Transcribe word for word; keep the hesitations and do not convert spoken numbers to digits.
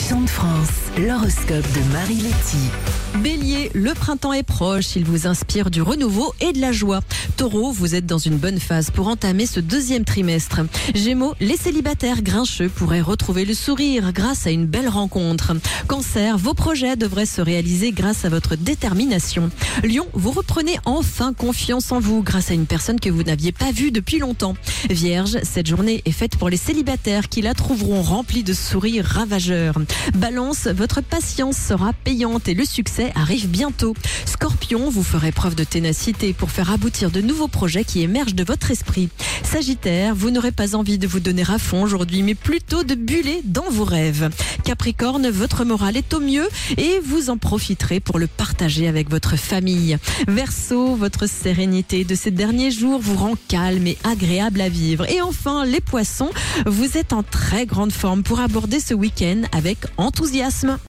Région de France, l'horoscope de Marie Letty. Bélier, le printemps est proche, il vous inspire du renouveau et de la joie. Taureau, vous êtes dans une bonne phase pour entamer ce deuxième trimestre. Gémeaux, les célibataires grincheux pourraient retrouver le sourire grâce à une belle rencontre. Cancer, vos projets devraient se réaliser grâce à votre détermination. Lion, vous reprenez enfin confiance en vous grâce à une personne que vous n'aviez pas vue depuis longtemps. Vierge, cette journée est faite pour les célibataires qui la trouveront remplie de sourires ravageurs. Balance, votre patience sera payante et le succès arrive bientôt. Scorpion, vous ferez preuve de ténacité pour faire aboutir de nouveaux projets qui émergent de votre esprit. Sagittaire, vous n'aurez pas envie de vous donner à fond aujourd'hui, mais plutôt de buller dans vos rêves. Capricorne, votre morale est au mieux et vous en profiterez pour le partager avec votre famille. Verseau, votre sérénité de ces derniers jours vous rend calme et agréable à vivre. Et enfin, les poissons, vous êtes en très grande forme pour aborder ce week-end avec enthousiasme.